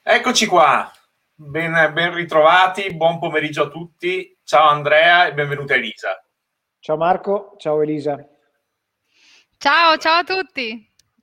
Eccoci qua, ben ritrovati, buon pomeriggio a tutti. Ciao Andrea e benvenuta Elisa. Ciao Marco, ciao Elisa. Ciao, ciao a tutti.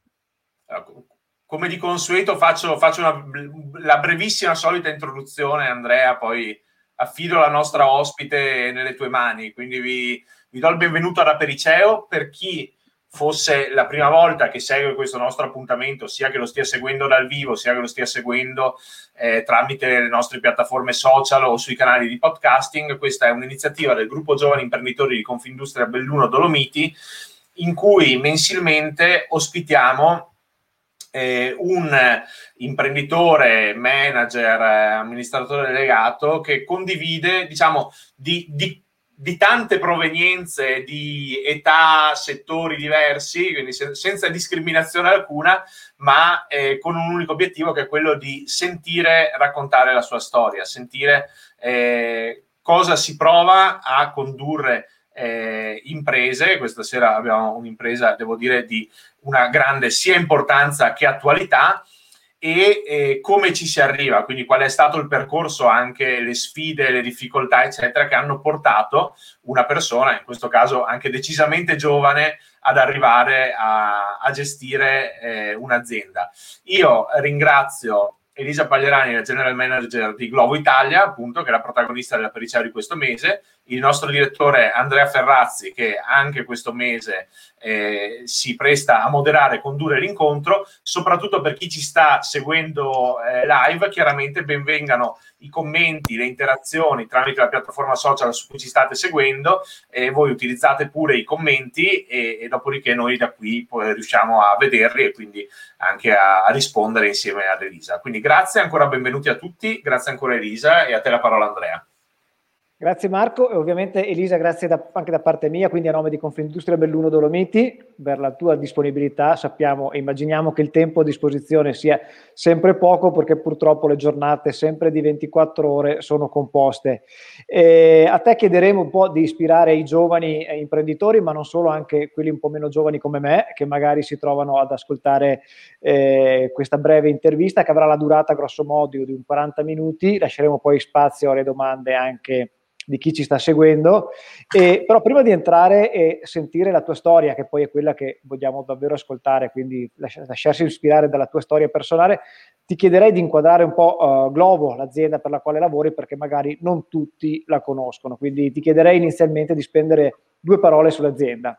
Come di consueto faccio la brevissima solita introduzione, Andrea, poi affido la nostra ospite nelle tue mani, quindi vi do il benvenuto ad Apericeo. Per chi fosse la prima volta che segue questo nostro appuntamento, sia che lo stia seguendo dal vivo, sia che lo stia seguendo tramite le nostre piattaforme social o sui canali di podcasting, questa è un'iniziativa del gruppo Giovani Imprenditori di Confindustria Belluno Dolomiti, in cui mensilmente ospitiamo un imprenditore, manager, amministratore delegato che condivide, diciamo, di tante provenienze, di età, settori diversi, quindi senza discriminazione alcuna, ma con un unico obiettivo, che è quello di sentire raccontare la sua storia, sentire cosa si prova a condurre imprese. Questa sera abbiamo un'impresa, devo dire, di una grande sia importanza che attualità, e come ci si arriva, quindi qual è stato il percorso, anche le sfide, le difficoltà eccetera, che hanno portato una persona, in questo caso anche decisamente giovane, ad arrivare a gestire un'azienda. Io ringrazio Elisa Paglierani, la General Manager di Glovo Italia, appunto, che è la protagonista della Periceo di questo mese, il nostro direttore Andrea Ferrazzi, che anche questo mese si presta a moderare e condurre l'incontro. Soprattutto per chi ci sta seguendo live, chiaramente benvengano i commenti, le interazioni tramite la piattaforma social su cui ci state seguendo, e voi utilizzate pure i commenti e dopodiché noi da qui poi riusciamo a vederli e quindi anche a rispondere insieme ad Elisa. Quindi grazie ancora, benvenuti a tutti, grazie ancora Elisa, e a te la parola Andrea. Grazie Marco, e ovviamente Elisa grazie anche da parte mia, quindi a nome di Confindustria Belluno Dolomiti, per la tua disponibilità. Sappiamo e immaginiamo che il tempo a disposizione sia sempre poco, perché purtroppo le giornate sempre di 24 ore sono composte. A te chiederemo un po' di ispirare i giovani imprenditori, ma non solo, anche quelli un po' meno giovani come me, che magari si trovano ad ascoltare questa breve intervista, che avrà la durata grosso modo di un 40 minuti. Lasceremo poi spazio alle domande anche di chi ci sta seguendo, però prima di entrare e sentire la tua storia, che poi è quella che vogliamo davvero ascoltare, quindi lasciarsi ispirare dalla tua storia personale, ti chiederei di inquadrare un po' Glovo, l'azienda per la quale lavori, perché magari non tutti la conoscono, quindi ti chiederei inizialmente di spendere 2 parole sull'azienda.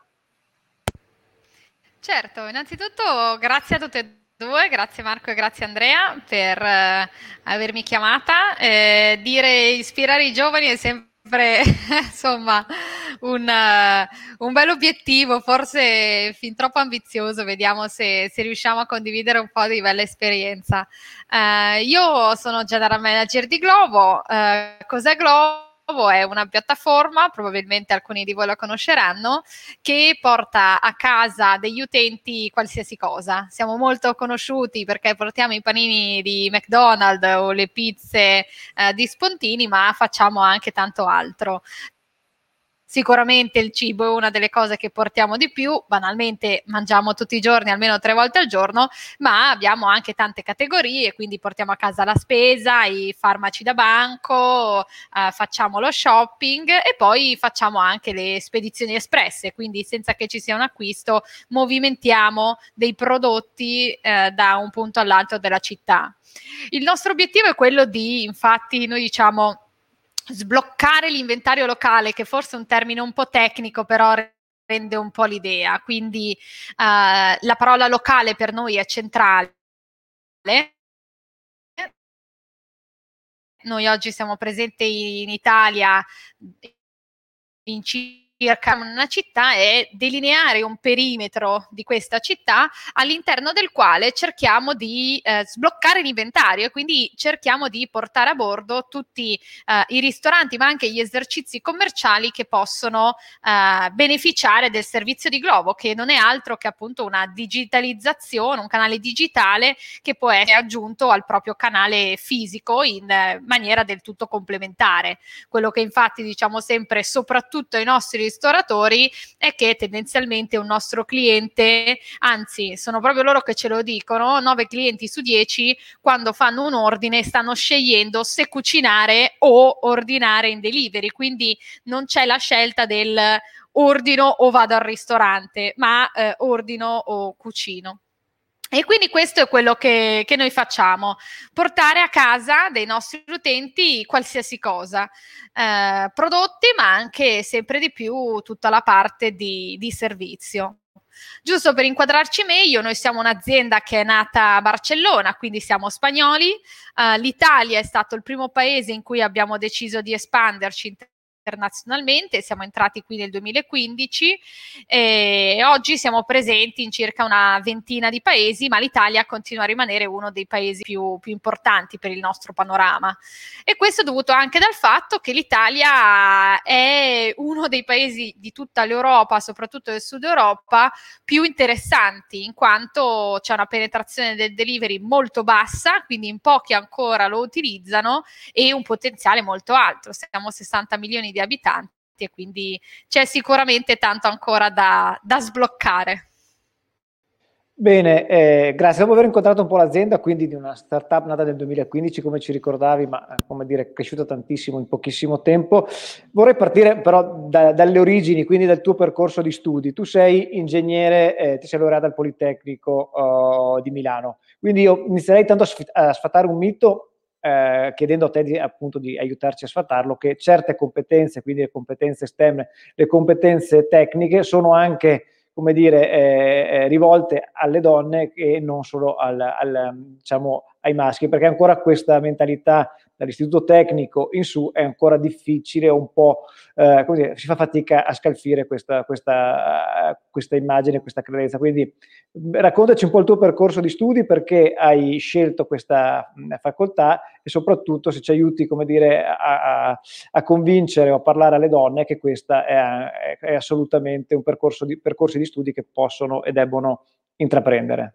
Certo, innanzitutto grazie a tutte e due, grazie Marco e grazie Andrea per avermi chiamata. Ispirare i giovani è sempre insomma un bel obiettivo, forse fin troppo ambizioso. Vediamo se riusciamo a condividere un po' di bella esperienza. Io sono General Manager di Glovo. Cos'è Glovo? È una piattaforma, probabilmente alcuni di voi la conosceranno, che porta a casa degli utenti qualsiasi cosa. Siamo molto conosciuti perché portiamo i panini di McDonald's o le pizze di Spontini, ma facciamo anche tanto altro. Sicuramente il cibo è una delle cose che portiamo di più, banalmente mangiamo tutti i giorni almeno 3 volte al giorno, ma abbiamo anche tante categorie, quindi portiamo a casa la spesa, i farmaci da banco, facciamo lo shopping e poi facciamo anche le spedizioni espresse, quindi senza che ci sia un acquisto movimentiamo dei prodotti da un punto all'altro della città. Il nostro obiettivo è quello di, infatti, noi diciamo, sbloccare l'inventario locale, che forse è un termine un po' tecnico, però rende un po' l'idea. Quindi la parola locale per noi è centrale. Noi oggi siamo presenti in Italia in circa una città, e delineare un perimetro di questa città all'interno del quale cerchiamo di sbloccare l'inventario, e quindi cerchiamo di portare a bordo tutti i ristoranti, ma anche gli esercizi commerciali che possono beneficiare del servizio di Glovo, che non è altro che appunto una digitalizzazione, un canale digitale che può essere aggiunto al proprio canale fisico in maniera del tutto complementare. Quello che infatti diciamo sempre, soprattutto ai nostri ristoratori è che tendenzialmente un nostro cliente, anzi sono proprio loro che ce lo dicono, 9 clienti su 10 quando fanno un ordine stanno scegliendo se cucinare o ordinare in delivery, quindi non c'è la scelta del ordino o vado al ristorante, ma ordino o cucino. E quindi questo è quello che noi facciamo, portare a casa dei nostri utenti qualsiasi cosa, prodotti, ma anche sempre di più tutta la parte di servizio. Giusto per inquadrarci meglio, noi siamo un'azienda che è nata a Barcellona, quindi siamo spagnoli. L'Italia è stato il primo paese in cui abbiamo deciso di espanderci internazionalmente, siamo entrati qui nel 2015 e oggi siamo presenti in circa una ventina di paesi, ma l'Italia continua a rimanere uno dei paesi più importanti per il nostro panorama. E questo è dovuto anche dal fatto che l'Italia è uno dei paesi di tutta l'Europa, soprattutto del sud Europa, più interessanti, in quanto c'è una penetrazione del delivery molto bassa, quindi in pochi ancora lo utilizzano, e un potenziale molto alto. Siamo 60 milioni di abitanti e quindi c'è sicuramente tanto ancora da sbloccare. Bene, grazie. Dopo aver incontrato un po' l'azienda, quindi di una startup nata nel 2015, come ci ricordavi, ma come dire, cresciuta tantissimo in pochissimo tempo, vorrei partire però dalle origini, quindi dal tuo percorso di studi. Tu sei ingegnere, ti sei laureata al Politecnico di Milano, quindi io inizierei tanto a sfatare un mito, chiedendo a te appunto di aiutarci a sfatarlo, che certe competenze, quindi le competenze STEM, le competenze tecniche, sono anche, come dire, rivolte alle donne e non solo diciamo, ai maschi, perché ancora questa mentalità dall'istituto tecnico in su è ancora difficile, un po' come si fa fatica a scalfire questa immagine, questa credenza. Quindi raccontaci un po' il tuo percorso di studi, perché hai scelto questa facoltà e soprattutto se ci aiuti, come dire, a convincere o a parlare alle donne che questa è assolutamente un percorsi di studi che possono e debbono intraprendere.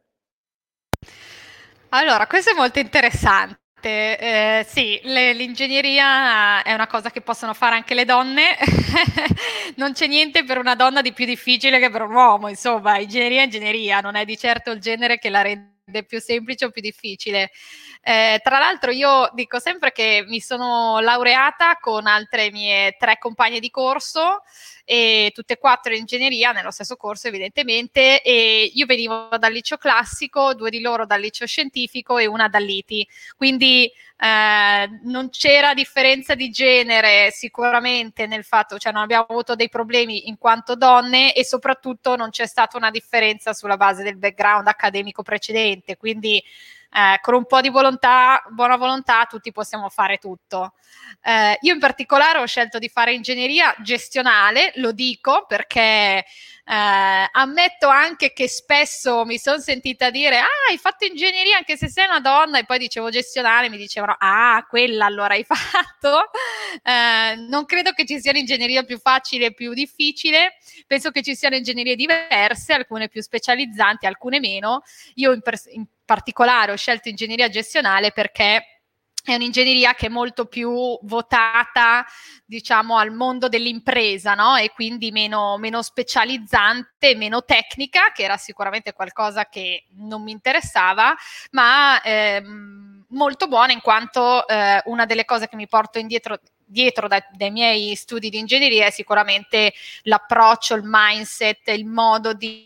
Allora, questo è molto interessante. Sì, l'ingegneria è una cosa che possono fare anche le donne. Non c'è niente per una donna di più difficile che per un uomo, insomma, ingegneria è ingegneria, non è di certo il genere che la rende più semplice o più difficile. Tra l'altro io dico sempre che mi sono laureata con altre mie 3 compagne di corso, e tutte e 4 in ingegneria, nello stesso corso evidentemente, e io venivo dal liceo classico, 2 di loro dal liceo scientifico e una dall'ITI, quindi non c'era differenza di genere sicuramente nel fatto, cioè non abbiamo avuto dei problemi in quanto donne, e soprattutto non c'è stata una differenza sulla base del background accademico precedente, quindi con un po' di buona volontà tutti possiamo fare tutto. Io in particolare ho scelto di fare ingegneria gestionale, lo dico perché ammetto anche che spesso mi sono sentita dire hai fatto ingegneria anche se sei una donna, e poi dicevo gestionale, mi dicevano quella allora hai fatto. Non credo che ci sia un'ingegneria più facile e più difficile, penso che ci siano ingegnerie diverse, alcune più specializzanti, alcune meno. Io in particolare ho scelto ingegneria gestionale perché è un'ingegneria che è molto più votata, diciamo, al mondo dell'impresa, no? E quindi meno specializzante, meno tecnica, che era sicuramente qualcosa che non mi interessava, ma molto buona, in quanto una delle cose che mi porto dietro dai miei studi di ingegneria è sicuramente l'approccio, il mindset, il modo di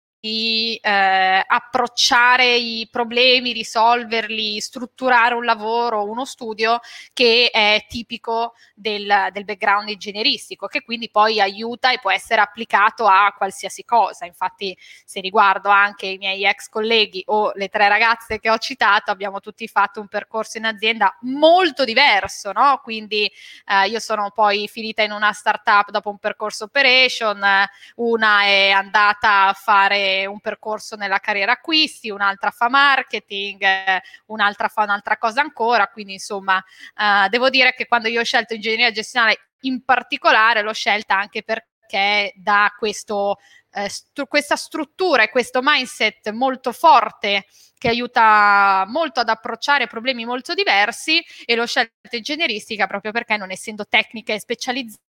approcciare i problemi, risolverli, strutturare un lavoro, uno studio che è tipico del background ingegneristico, che quindi poi aiuta e può essere applicato a qualsiasi cosa. Infatti, se riguardo anche i miei ex colleghi o le 3 ragazze che ho citato, abbiamo tutti fatto un percorso in azienda molto diverso, no? Quindi io sono poi finita in una startup dopo un percorso operation, una è andata a fare un percorso nella carriera acquisti, un'altra fa marketing, un'altra fa un'altra cosa ancora, quindi insomma devo dire che quando io ho scelto ingegneria gestionale in particolare l'ho scelta anche perché da questa struttura e questo mindset molto forte che aiuta molto ad approcciare problemi molto diversi, e l'ho scelta ingegneristica proprio perché, non essendo tecnica e specializzata,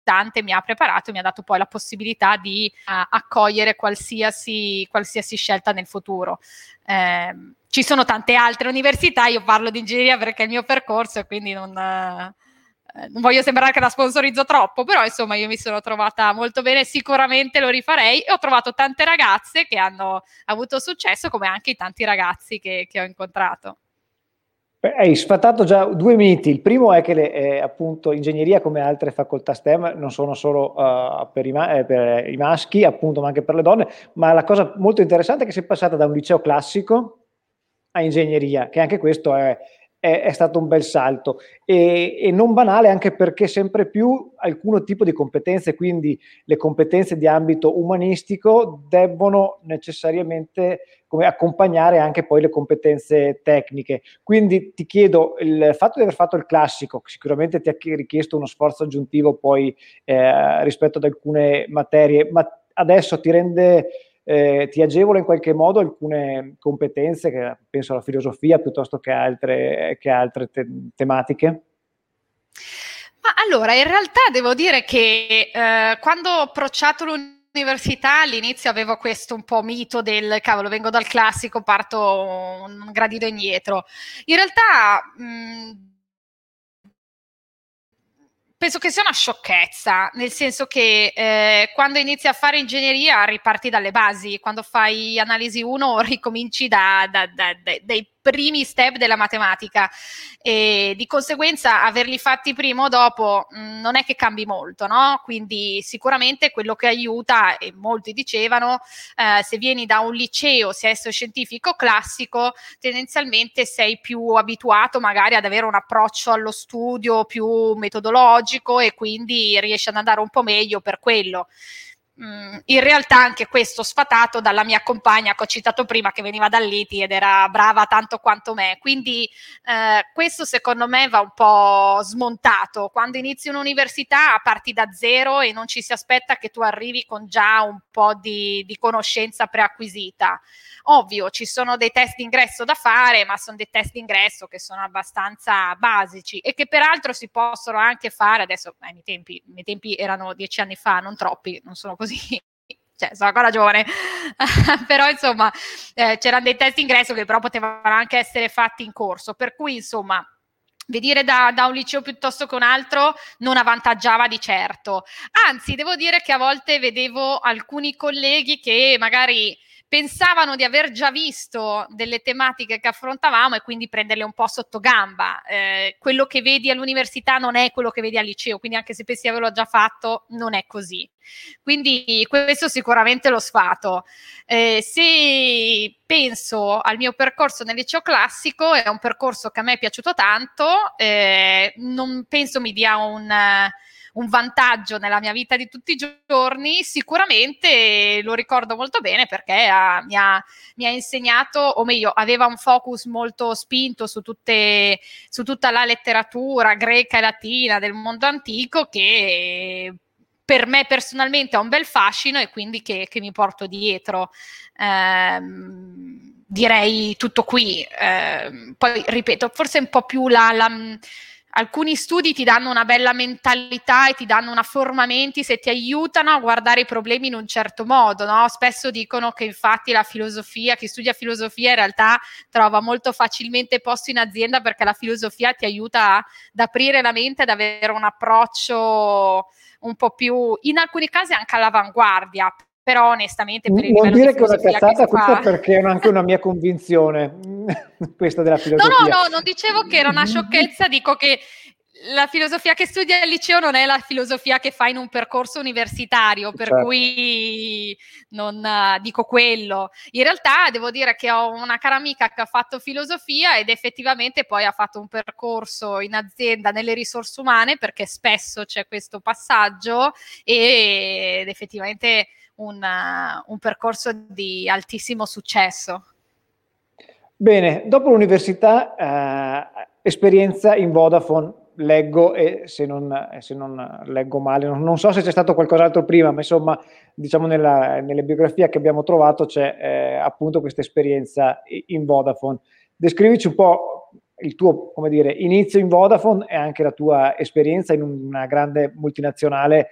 mi ha preparato e mi ha dato poi la possibilità di accogliere qualsiasi scelta nel futuro. Ci sono tante altre università, io parlo di ingegneria perché è il mio percorso e quindi non voglio sembrare che la sponsorizzo troppo, però insomma io mi sono trovata molto bene, sicuramente lo rifarei e ho trovato tante ragazze che hanno avuto successo, come anche i tanti ragazzi che ho incontrato. Hai sfatato già due miti. Il primo è che appunto ingegneria, come altre facoltà STEM, non sono solo per i maschi, appunto, ma anche per le donne. Ma la cosa molto interessante è che sei passata da un liceo classico a ingegneria, che anche questo è stato un bel salto e non banale, anche perché sempre più alcun tipo di competenze, quindi le competenze di ambito umanistico, debbono necessariamente accompagnare anche poi le competenze tecniche. Quindi ti chiedo, il fatto di aver fatto il classico sicuramente ti ha richiesto uno sforzo aggiuntivo poi rispetto ad alcune materie, ma adesso ti agevola in qualche modo alcune competenze, che penso alla filosofia piuttosto che altre tematiche? Ma allora, in realtà devo dire che quando ho approcciato l'università all'inizio avevo questo un po' mito del cavolo, vengo dal classico, parto un gradino indietro. In realtà penso che sia una sciocchezza, nel senso che quando inizi a fare ingegneria riparti dalle basi, quando fai analisi 1 ricominci dai primi step della matematica e di conseguenza averli fatti prima o dopo non è che cambi molto, no? Quindi sicuramente quello che aiuta, e molti dicevano, se vieni da un liceo, se esso scientifico classico, tendenzialmente sei più abituato magari ad avere un approccio allo studio più metodologico e quindi riesci ad andare un po' meglio per quello. In realtà anche questo sfatato dalla mia compagna che ho citato prima, che veniva dall'ITI ed era brava tanto quanto me, quindi questo secondo me va un po' smontato. Quando inizi un'università parti da zero e non ci si aspetta che tu arrivi con già un po' di conoscenza preacquisita. Ovvio, ci sono dei test d'ingresso da fare, ma sono dei test d'ingresso che sono abbastanza basici e che peraltro si possono anche fare adesso. I miei tempi erano 10 anni fa, non troppi, non sono così, cioè sono ancora giovane, però insomma c'erano dei test d'ingresso che però potevano anche essere fatti in corso, per cui insomma venire da un liceo piuttosto che un altro non avvantaggiava di certo. Anzi, devo dire che a volte vedevo alcuni colleghi che magari pensavano di aver già visto delle tematiche che affrontavamo e quindi prenderle un po' sotto gamba. Quello che vedi all'università non è quello che vedi al liceo, quindi anche se pensi di averlo già fatto, non è così. Quindi questo sicuramente lo sfato. Se penso al mio percorso nel liceo classico, è un percorso che a me è piaciuto tanto, non penso mi dia un vantaggio nella mia vita di tutti i giorni, sicuramente lo ricordo molto bene perché mi ha insegnato, o meglio, aveva un focus molto spinto su tutta la letteratura greca e latina del mondo antico che per me personalmente ha un bel fascino e quindi che mi porto dietro. Direi tutto qui. Poi ripeto, forse un po' più alcuni studi ti danno una bella mentalità e ti danno una forma mentis e ti aiutano a guardare i problemi in un certo modo, no? Spesso dicono che infatti la filosofia, chi studia filosofia in realtà trova molto facilmente posto in azienda perché la filosofia ti aiuta ad aprire la mente, ad avere un approccio un po' più, in alcuni casi anche all'avanguardia, però onestamente per il non livello dire di che è una filosofia cazzata che si questa fa... perché è anche una mia convinzione questa della filosofia. No, non dicevo che era una sciocchezza, dico che la filosofia che studia al liceo non è la filosofia che fa in un percorso universitario, per certo. cui non dico quello. In realtà devo dire che ho una cara amica che ha fatto filosofia ed effettivamente poi ha fatto un percorso in azienda nelle risorse umane, perché spesso c'è questo passaggio ed effettivamente un percorso di altissimo successo. Bene, dopo l'università, esperienza in Vodafone, leggo, e se non leggo male, non so se c'è stato qualcos'altro prima, ma insomma, diciamo nelle biografie che abbiamo trovato c'è appunto questa esperienza in Vodafone. Descrivici un po' il tuo, come dire, inizio in Vodafone e anche la tua esperienza in una grande multinazionale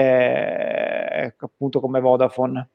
appunto come Vodafone.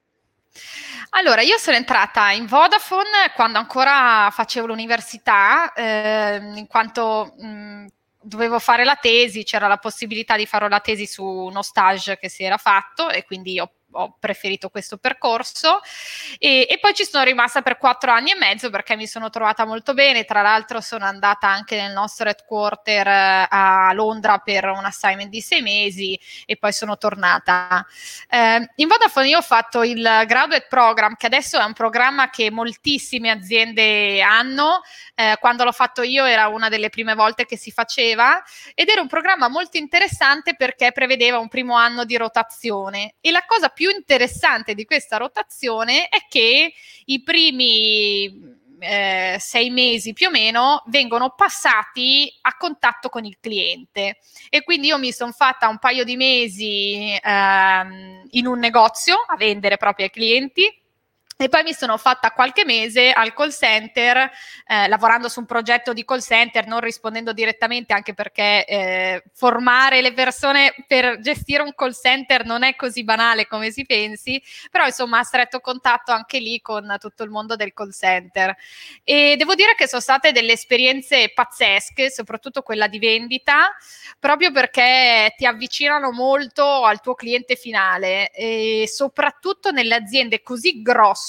Allora, io sono entrata in Vodafone quando ancora facevo l'università, in quanto dovevo fare la tesi, c'era la possibilità di fare la tesi su uno stage che si era fatto e quindi ho preferito questo percorso e poi ci sono rimasta per 4 anni e mezzo perché mi sono trovata molto bene. Tra l'altro sono andata anche nel nostro headquarter a Londra per un assignment di 6 mesi e poi sono tornata. In Vodafone io ho fatto il graduate program, che adesso è un programma che moltissime aziende hanno. Quando l'ho fatto io era una delle prime volte che si faceva ed era un programma molto interessante perché prevedeva un primo anno di rotazione e la cosa più interessante di questa rotazione è che i primi 6 mesi più o meno vengono passati a contatto con il cliente e quindi io mi sono fatta un paio di mesi in un negozio a vendere proprio ai clienti. E poi mi sono fatta qualche mese al call center, lavorando su un progetto di call center, non rispondendo direttamente, anche perché formare le persone per gestire un call center non è così banale come si pensi, però insomma a stretto contatto anche lì con tutto il mondo del call center. E devo dire che sono state delle esperienze pazzesche, soprattutto quella di vendita, proprio perché ti avvicinano molto al tuo cliente finale e soprattutto nelle aziende così grosse,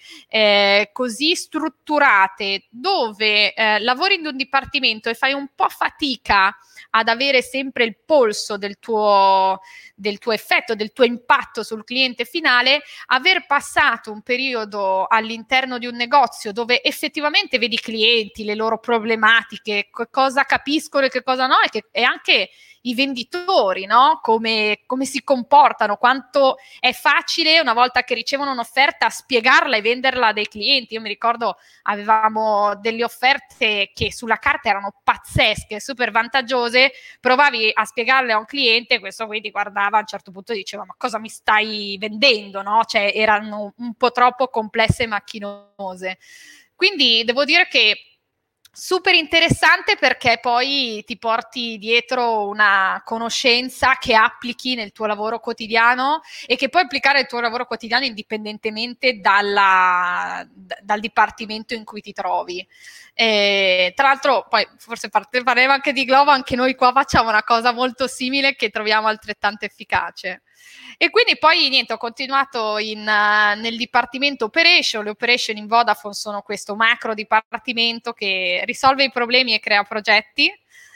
così strutturate, dove lavori in un dipartimento e fai un po' fatica ad avere sempre il polso del tuo effetto, del tuo impatto sul cliente finale, aver passato un periodo all'interno di un negozio dove effettivamente vedi i clienti, le loro problematiche, cosa capiscono e che cosa no, e anche i venditori, no? Come si comportano, quanto è facile una volta che ricevono un'offerta spiegarla e venderla a dei clienti. Io mi ricordo avevamo delle offerte che sulla carta erano pazzesche, super vantaggiose, provavi a spiegarle a un cliente, questo quindi guardava a un certo punto e diceva ma cosa mi stai vendendo, no? Cioè erano un po' troppo complesse e macchinose. Quindi devo dire che super interessante perché poi ti porti dietro una conoscenza che applichi nel tuo lavoro quotidiano e che puoi applicare nel tuo lavoro quotidiano indipendentemente dal dipartimento in cui ti trovi. Tra l'altro poi forse parleremo anche di Glovo, anche noi qua facciamo una cosa molto simile che troviamo altrettanto efficace. E quindi poi niente, ho continuato nel dipartimento operation. Le operation in Vodafone sono questo macro dipartimento che risolve i problemi e crea progetti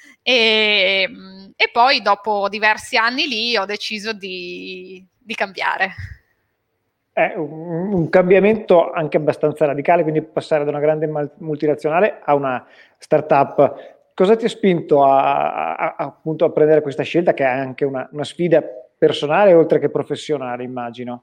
e poi dopo diversi anni lì ho deciso di cambiare. È un cambiamento anche abbastanza radicale, quindi passare da una grande multinazionale a una startup. Cosa ti ha spinto appunto a prendere questa scelta, che è anche una sfida personale oltre che professionale, immagino?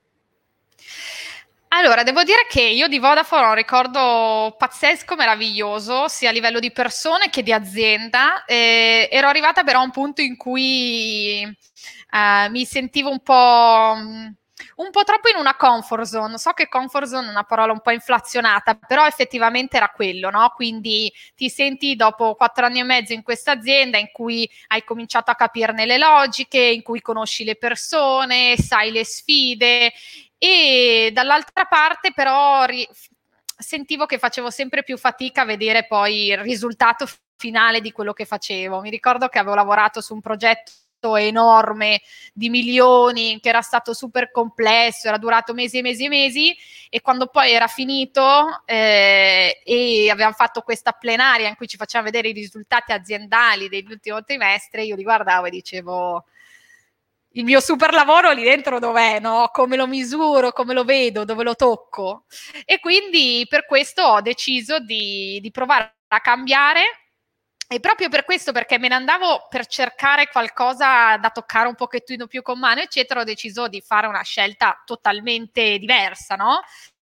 Allora, devo dire che io di Vodafone ho un ricordo pazzesco, meraviglioso, sia a livello di persone che di azienda. Ero arrivata però a un punto in cui mi sentivo un po' troppo in una comfort zone. So che comfort zone è una parola un po' inflazionata, però effettivamente era quello, no? Quindi ti senti dopo 4 anni e mezzo in questa azienda in cui hai cominciato a capirne le logiche, in cui conosci le persone, sai le sfide e dall'altra parte però sentivo che facevo sempre più fatica a vedere poi il risultato finale di quello che facevo. Mi ricordo che avevo lavorato su un progetto enorme di milioni che era stato super complesso, era durato mesi e mesi e mesi e quando poi era finito e avevamo fatto questa plenaria in cui ci facevano vedere i risultati aziendali dell'ultimo trimestre, io li guardavo e dicevo il mio super lavoro lì dentro dov'è, no? Come lo misuro, come lo vedo, dove lo tocco e quindi per questo ho deciso di provare a cambiare. E proprio per questo, perché me ne andavo per cercare qualcosa da toccare un pochettino più con mano, eccetera, ho deciso di fare una scelta totalmente diversa, no?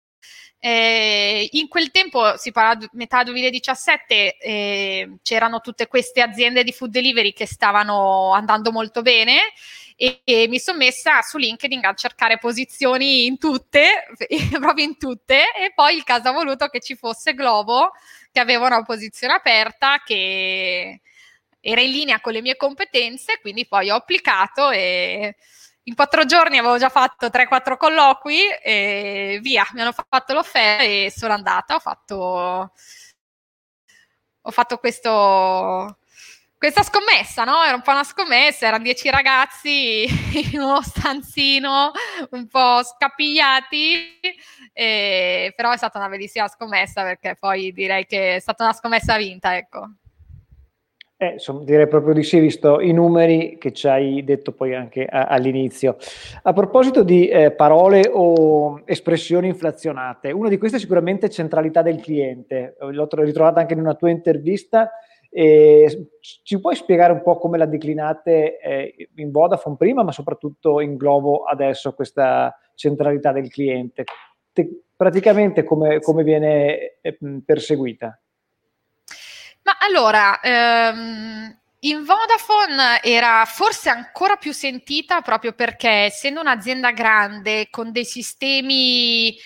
In quel tempo, si parla di metà 2017, c'erano tutte queste aziende di food delivery che stavano andando molto bene e mi sono messa su LinkedIn a cercare posizioni in tutte, proprio in tutte, e poi il caso ha voluto che ci fosse Glovo, che aveva una posizione aperta che era in linea con le mie competenze, quindi poi ho applicato e in 4 giorni avevo già fatto 3-4 colloqui e via, mi hanno fatto l'offerta e sono andata, ho fatto questa scommessa, no? Era un po' una scommessa, erano 10 ragazzi in uno stanzino un po' scapigliati, però è stata una bellissima scommessa perché poi direi che è stata una scommessa vinta, ecco. Insomma, direi proprio di sì, visto i numeri che ci hai detto poi anche all'inizio. A proposito di parole o espressioni inflazionate, una di queste è sicuramente centralità del cliente. L'ho ritrovata anche in una tua intervista. Ci puoi spiegare un po' come la declinate in Vodafone prima, ma soprattutto in Glovo adesso, questa centralità del cliente? Praticamente come viene perseguita? Ma allora, in Vodafone era forse ancora più sentita proprio perché essendo un'azienda grande con dei sistemi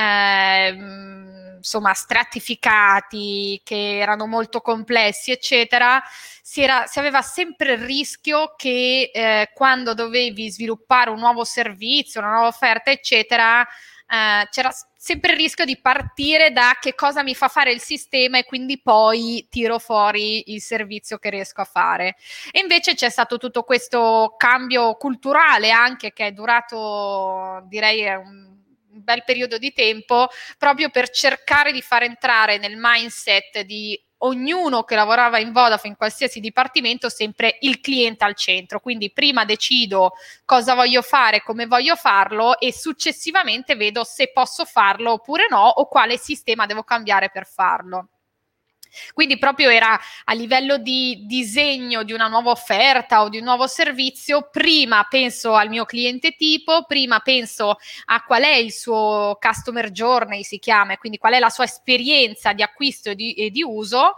insomma stratificati che erano molto complessi eccetera, si aveva sempre il rischio che quando dovevi sviluppare un nuovo servizio, una nuova offerta eccetera, c'era sempre il rischio di partire da che cosa mi fa fare il sistema e quindi poi tiro fuori il servizio che riesco a fare. E invece c'è stato tutto questo cambio culturale anche che è durato, direi, un bel periodo di tempo, proprio per cercare di far entrare nel mindset di ognuno che lavorava in Vodafone, in qualsiasi dipartimento, sempre il cliente al centro. Quindi prima decido cosa voglio fare, come voglio farlo e successivamente vedo se posso farlo oppure no o quale sistema devo cambiare per farlo. Quindi proprio era a livello di disegno di una nuova offerta o di un nuovo servizio, prima penso al mio cliente tipo, prima penso a qual è il suo customer journey, si chiama, quindi qual è la sua esperienza di acquisto e di uso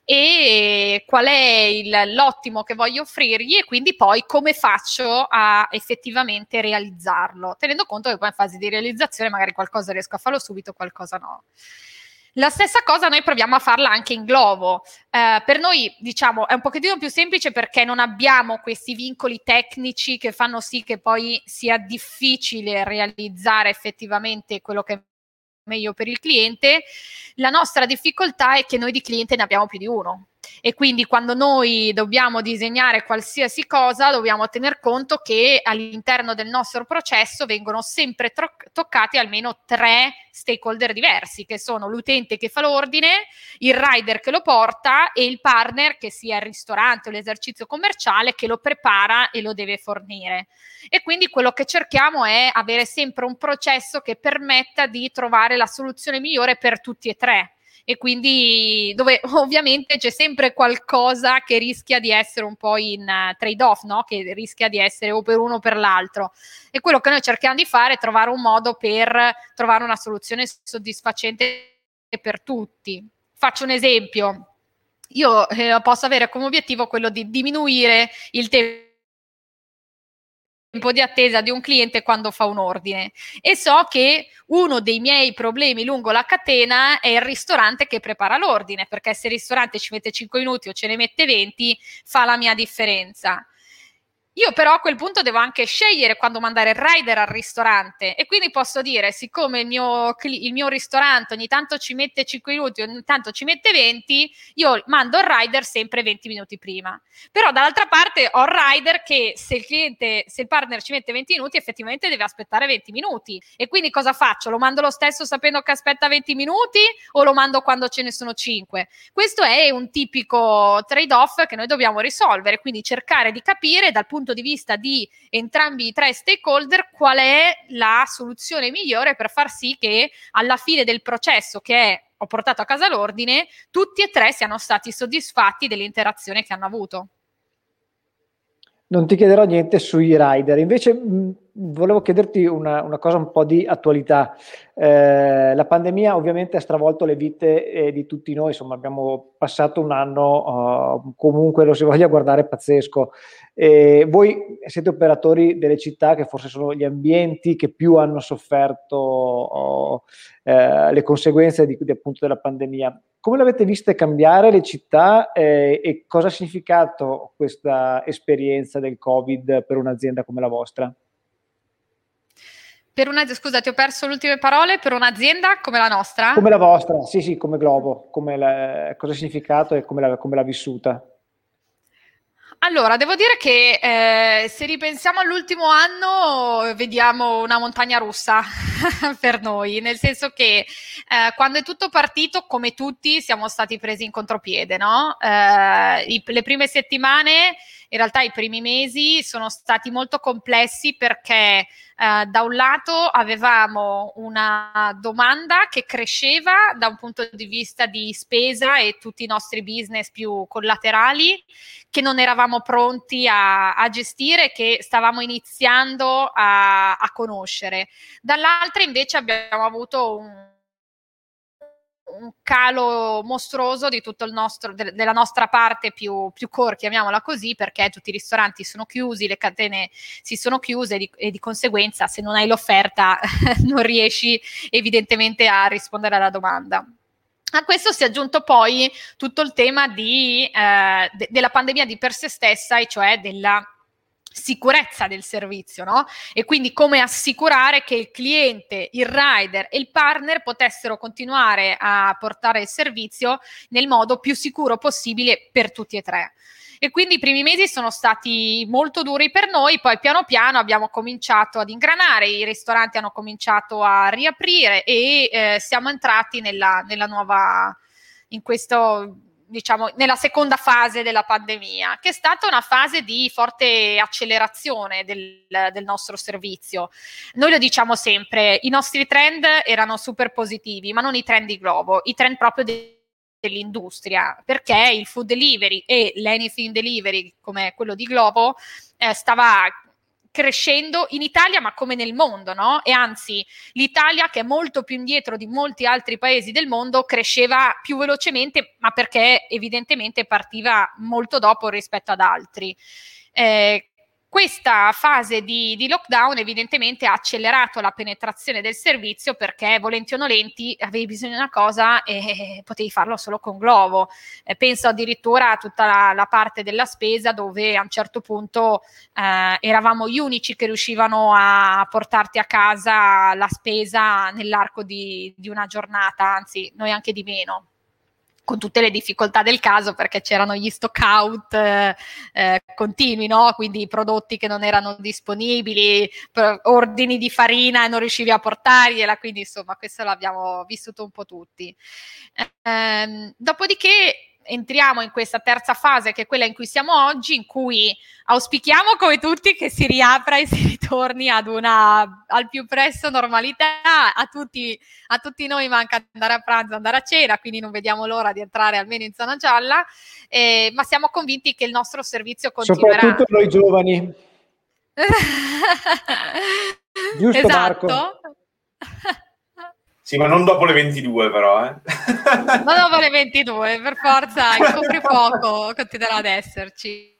e qual è l'ottimo che voglio offrirgli e quindi poi come faccio a effettivamente realizzarlo, tenendo conto che poi in fase di realizzazione magari qualcosa riesco a farlo subito, qualcosa no. La stessa cosa noi proviamo a farla anche in Glovo. Per noi, diciamo, è un pochettino più semplice perché non abbiamo questi vincoli tecnici che fanno sì che poi sia difficile realizzare effettivamente quello che è meglio per il cliente. La nostra difficoltà è che noi di cliente ne abbiamo più di uno. E quindi quando noi dobbiamo disegnare qualsiasi cosa dobbiamo tener conto che all'interno del nostro processo vengono sempre toccati almeno 3 stakeholder diversi, che sono l'utente che fa l'ordine, il rider che lo porta e il partner, che sia il ristorante o l'esercizio commerciale, che lo prepara e lo deve fornire. E quindi quello che cerchiamo è avere sempre un processo che permetta di trovare la soluzione migliore per tutti e 3. E quindi dove ovviamente c'è sempre qualcosa che rischia di essere un po' in trade-off, no? Che rischia di essere o per uno o per l'altro. E quello che noi cerchiamo di fare è trovare un modo per trovare una soluzione soddisfacente per tutti. Faccio un esempio. Io posso avere come obiettivo quello di diminuire il tempo di attesa di un cliente quando fa un ordine e so che uno dei miei problemi lungo la catena è il ristorante che prepara l'ordine, perché se il ristorante ci mette 5 minuti o ce ne mette 20 fa la mia differenza. Io però a quel punto devo anche scegliere quando mandare il rider al ristorante e quindi posso dire, siccome il mio ristorante ogni tanto ci mette 5 minuti, ogni tanto ci mette 20, io mando il rider sempre 20 minuti prima. Però dall'altra parte ho il rider che se il partner ci mette 20 minuti effettivamente deve aspettare 20 minuti e quindi cosa faccio? Lo mando lo stesso sapendo che aspetta 20 minuti o lo mando quando ce ne sono 5? Questo è un tipico trade-off che noi dobbiamo risolvere, quindi cercare di capire dal punto di vista di entrambi i 3 stakeholder qual è la soluzione migliore per far sì che alla fine del processo che è ho portato a casa l'ordine, tutti e 3 siano stati soddisfatti dell'interazione che hanno avuto. Non ti chiederò niente sui rider, invece volevo chiederti una cosa un po' di attualità. La pandemia ovviamente ha stravolto le vite di tutti noi, insomma abbiamo passato un anno comunque lo si voglia guardare pazzesco. Voi siete operatori delle città che forse sono gli ambienti che più hanno sofferto le conseguenze appunto della pandemia. Come l'avete viste cambiare le città e cosa ha significato questa esperienza del Covid per un'azienda come la vostra? Scusa, ti ho perso le ultime parole. Per un'azienda come la nostra? Come la vostra, sì, sì, come Globo, cosa ha significato e come l'ha vissuta? Allora, devo dire che se ripensiamo all'ultimo anno vediamo una montagna russa per noi, nel senso che quando è tutto partito, come tutti, siamo stati presi in contropiede, no? Le prime settimane, in realtà i primi mesi sono stati molto complessi perché da un lato avevamo una domanda che cresceva da un punto di vista di spesa e tutti i nostri business più collaterali che non eravamo pronti a gestire, che stavamo iniziando a conoscere. Dall'altra invece abbiamo avuto un calo mostruoso di tutto il nostro, della nostra parte più core, chiamiamola così, perché tutti i ristoranti sono chiusi, le catene si sono chiuse e di conseguenza se non hai l'offerta non riesci evidentemente a rispondere alla domanda. A questo si è aggiunto poi tutto il tema della pandemia di per sé stessa, e cioè della sicurezza del servizio, no? E quindi come assicurare che il cliente, il rider e il partner potessero continuare a portare il servizio nel modo più sicuro possibile per tutti e tre. E quindi i primi mesi sono stati molto duri per noi, poi piano piano abbiamo cominciato ad ingranare, i ristoranti hanno cominciato a riaprire e siamo entrati nella nuova, in questo, diciamo, nella seconda fase della pandemia, che è stata una fase di forte accelerazione del nostro servizio. Noi lo diciamo sempre, i nostri trend erano super positivi, ma non i trend di Globo, i trend proprio dell'industria, perché il food delivery e l'anything delivery come quello di Globo stava crescendo in Italia ma come nel mondo, no? E anzi l'Italia, che è molto più indietro di molti altri paesi del mondo, cresceva più velocemente, ma perché evidentemente partiva molto dopo rispetto ad altri. Questa fase di lockdown evidentemente ha accelerato la penetrazione del servizio, perché volenti o nolenti avevi bisogno di una cosa e potevi farlo solo con Glovo. Penso addirittura a tutta la parte della spesa, dove a un certo punto eravamo gli unici che riuscivano a portarti a casa la spesa nell'arco di una giornata, anzi noi anche di meno, con tutte le difficoltà del caso, perché c'erano gli stock out continui, no? Quindi prodotti che non erano disponibili, ordini di farina e non riuscivi a portargliela, quindi insomma questo l'abbiamo vissuto un po' tutti. Dopodiché entriamo in questa terza fase, che è quella in cui siamo oggi, in cui auspichiamo come tutti che si riapra e si ritorni ad al più presto normalità. A tutti noi manca andare a pranzo, andare a cena, quindi non vediamo l'ora di entrare almeno in zona gialla, ma siamo convinti che il nostro servizio continuerà. Soprattutto noi giovani. Giusto, esatto. Marco? Sì, ma non dopo le 22 però, Non dopo le 22, per forza, il coprifuoco continuerà ad esserci.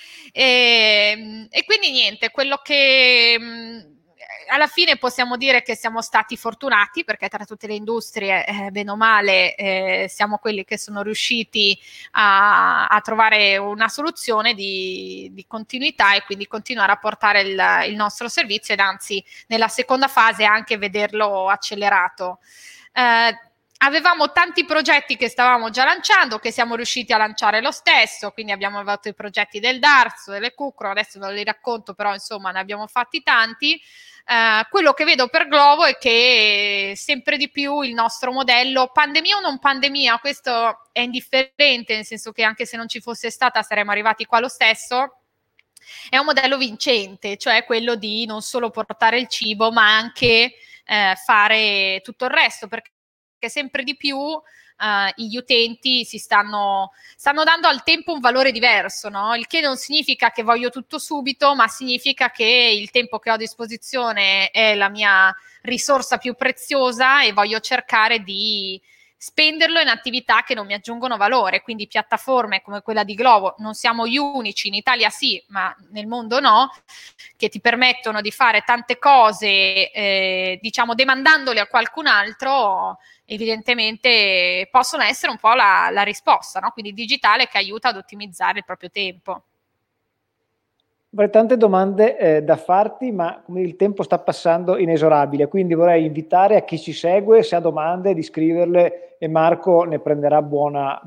E quindi niente, quello che alla fine possiamo dire che siamo stati fortunati, perché tra tutte le industrie, bene o male, siamo quelli che sono riusciti a trovare una soluzione di continuità e quindi continuare a portare il nostro servizio, ed anzi nella seconda fase anche vederlo accelerato. Avevamo tanti progetti che stavamo già lanciando, che siamo riusciti a lanciare lo stesso, quindi abbiamo avuto i progetti del Darzo, delle Cucro, adesso ve li racconto, però insomma ne abbiamo fatti tanti. Quello che vedo per Glovo è che sempre di più il nostro modello, pandemia o non pandemia, questo è indifferente, nel senso che anche se non ci fosse stata saremmo arrivati qua lo stesso, è un modello vincente, cioè quello di non solo portare il cibo ma anche fare tutto il resto, perché sempre di più gli utenti stanno dando al tempo un valore diverso, no? Il che non significa che voglio tutto subito, ma significa che il tempo che ho a disposizione è la mia risorsa più preziosa e voglio cercare di spenderlo in attività che non mi aggiungono valore, quindi piattaforme come quella di Glovo, non siamo gli unici, in Italia sì, ma nel mondo no, che ti permettono di fare tante cose, diciamo demandandole a qualcun altro, evidentemente possono essere un po' la risposta, no? Quindi digitale che aiuta ad ottimizzare il proprio tempo. Avrei tante domande da farti, ma come il tempo sta passando inesorabile, quindi vorrei invitare a chi ci segue, se ha domande, di scriverle e Marco ne prenderà buona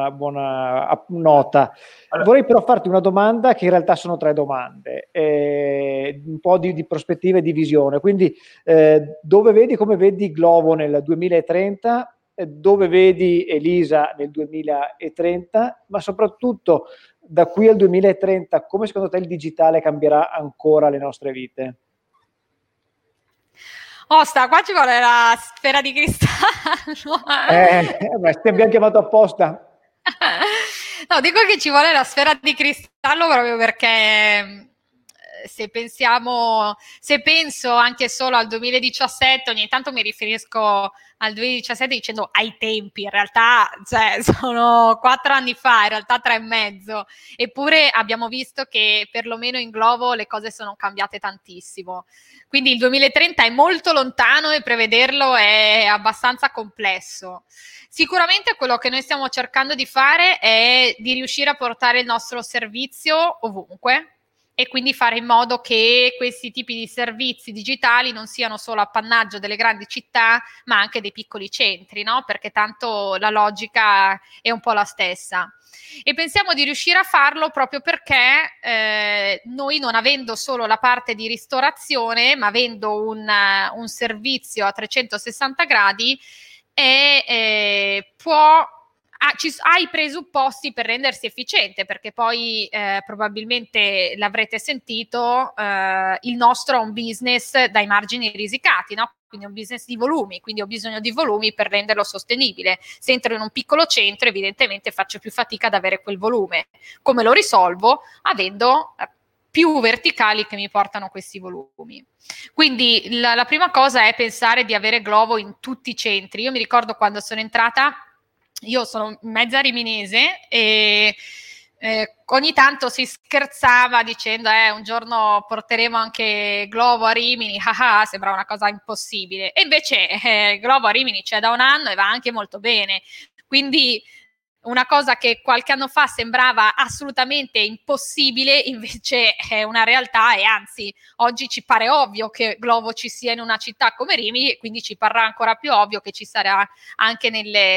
nota. Allora, vorrei però farti una domanda che in realtà sono 3 domande, un po' di prospettiva e di visione. Quindi come vedi Glovo nel 2030? Dove vedi Elisa nel 2030? Ma soprattutto da qui al 2030, come secondo te il digitale cambierà ancora le nostre vite? Osta, qua ci vuole la sfera di cristallo. Ti abbiamo chiamato apposta. No, dico che ci vuole la sfera di cristallo proprio perché se penso anche solo al 2017, ogni tanto mi riferisco al 2017 dicendo ai tempi, in realtà cioè, sono 4 anni fa, in realtà 3 e mezzo, eppure abbiamo visto che perlomeno in Glovo le cose sono cambiate tantissimo. Quindi il 2030 è molto lontano e prevederlo è abbastanza complesso. Sicuramente quello che noi stiamo cercando di fare è di riuscire a portare il nostro servizio ovunque e quindi fare in modo che questi tipi di servizi digitali non siano solo appannaggio delle grandi città, ma anche dei piccoli centri, no? Perché tanto la logica è un po' la stessa. E pensiamo di riuscire a farlo proprio perché noi, non avendo solo la parte di ristorazione, ma avendo un servizio a 360 gradi, ha i presupposti per rendersi efficiente, perché poi probabilmente l'avrete sentito, il nostro è un business dai margini risicati, no? Quindi è un business di volumi, quindi ho bisogno di volumi per renderlo sostenibile. Se entro in un piccolo centro, evidentemente faccio più fatica ad avere quel volume. Come lo risolvo? Avendo più verticali che mi portano questi volumi. Quindi la prima cosa è pensare di avere Glovo in tutti i centri. Io mi ricordo quando sono entrata, io sono mezza riminese e ogni tanto si scherzava dicendo un giorno porteremo anche Glovo a Rimini, sembrava una cosa impossibile, e invece Glovo a Rimini c'è da 1 anno e va anche molto bene, quindi una cosa che qualche anno fa sembrava assolutamente impossibile invece è una realtà, e anzi oggi ci pare ovvio che Glovo ci sia in una città come Rimini, e quindi ci parrà ancora più ovvio che ci sarà anche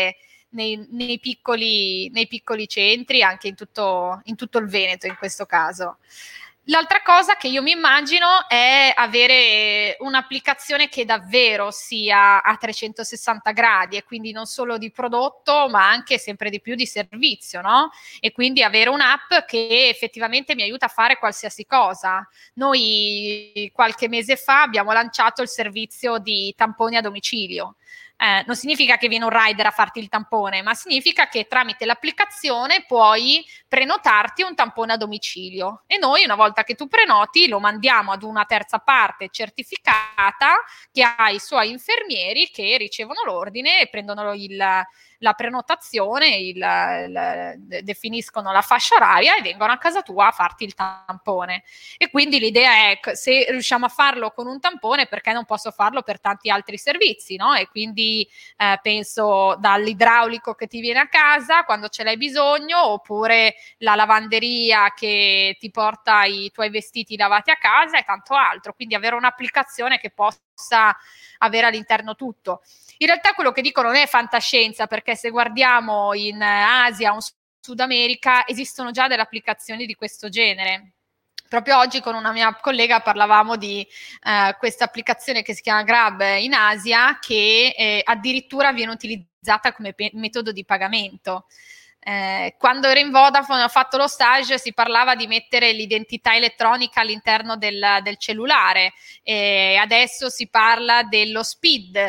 nei piccoli centri, anche in tutto il Veneto in questo caso. L'altra cosa che io mi immagino è avere un'applicazione che davvero sia a 360 gradi e quindi non solo di prodotto ma anche sempre di più di servizio, no? E quindi avere un'app che effettivamente mi aiuta a fare qualsiasi cosa. Noi qualche mese fa abbiamo lanciato il servizio di tamponi a domicilio. Non significa che viene un rider a farti il tampone, ma significa che tramite l'applicazione puoi prenotarti un tampone a domicilio e noi, una volta che tu prenoti, lo mandiamo ad una terza parte certificata che ha i suoi infermieri che ricevono l'ordine e prendono la prenotazione, definiscono la fascia oraria e vengono a casa tua a farti il tampone. E quindi l'idea è, se riusciamo a farlo con un tampone, perché non posso farlo per tanti altri servizi, no? E quindi penso dall'idraulico che ti viene a casa quando ce l'hai bisogno, oppure la lavanderia che ti porta i tuoi vestiti lavati a casa e tanto altro. Quindi avere un'applicazione che possa avere all'interno tutto. In realtà quello che dico non è fantascienza, perché se guardiamo in Asia o Sud America esistono già delle applicazioni di questo genere. Proprio oggi con una mia collega parlavamo di questa applicazione che si chiama Grab in Asia, che addirittura viene utilizzata come metodo di pagamento. Quando ero in Vodafone ho fatto lo stage, si parlava di mettere l'identità elettronica all'interno del cellulare, adesso si parla dello SPID,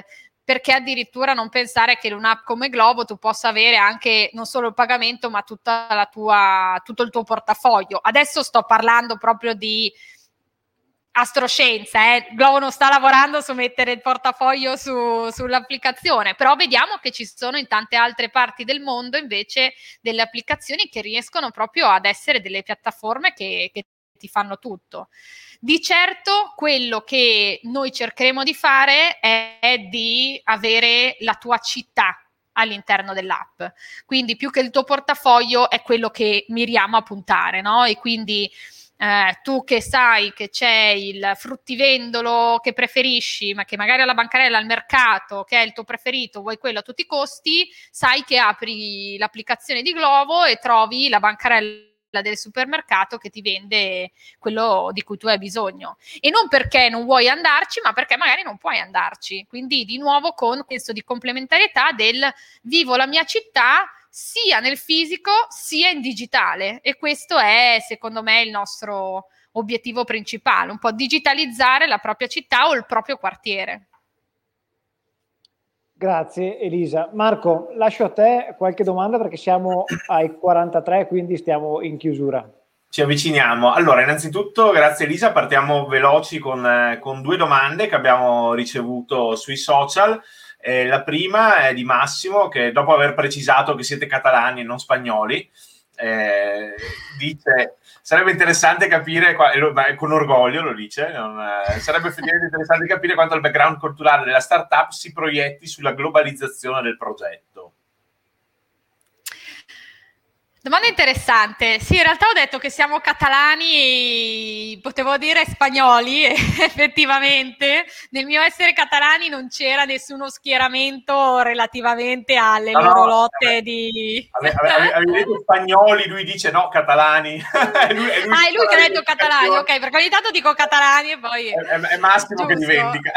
perché addirittura non pensare che in un'app come Glovo tu possa avere anche non solo il pagamento, ma tutto il tuo portafoglio. Adesso sto parlando proprio di astroscienza, Glovo non sta lavorando su mettere il portafoglio sull'applicazione, però vediamo che ci sono in tante altre parti del mondo invece delle applicazioni che riescono proprio ad essere delle piattaforme che ti fanno tutto. Di certo quello che noi cercheremo di fare è di avere la tua città all'interno dell'app, quindi più che il tuo portafoglio è quello che miriamo a puntare, no? E quindi tu che sai che c'è il fruttivendolo che preferisci, ma che magari alla bancarella, al mercato, che è il tuo preferito, vuoi quello a tutti i costi, sai che apri l'applicazione di Glovo e trovi la bancarella del supermercato che ti vende quello di cui tu hai bisogno, e non perché non vuoi andarci, ma perché magari non puoi andarci. Quindi di nuovo con questo di complementarietà del vivo la mia città sia nel fisico sia in digitale, e questo è secondo me il nostro obiettivo principale, un po' digitalizzare la propria città o il proprio quartiere. Grazie Elisa. Marco, lascio a te qualche domanda perché siamo ai 43, quindi stiamo in chiusura. Ci avviciniamo. Allora, innanzitutto, grazie Elisa, partiamo veloci con due domande che abbiamo ricevuto sui social. La prima è di Massimo, che dopo aver precisato che siete catalani e non spagnoli, dice: sarebbe interessante capire, con orgoglio lo dice, sarebbe effettivamente interessante capire quanto il background culturale della startup si proietti sulla globalizzazione del progetto. Domanda interessante. Sì, in realtà ho detto che siamo catalani, potevo dire spagnoli, e effettivamente nel mio essere catalani non c'era nessuno schieramento relativamente alle loro lotte di... Avevi detto spagnoli, lui dice no, catalani. È lui che ha detto catalani, ok, perché ogni tanto dico catalani e poi... È Massimo che dimentica.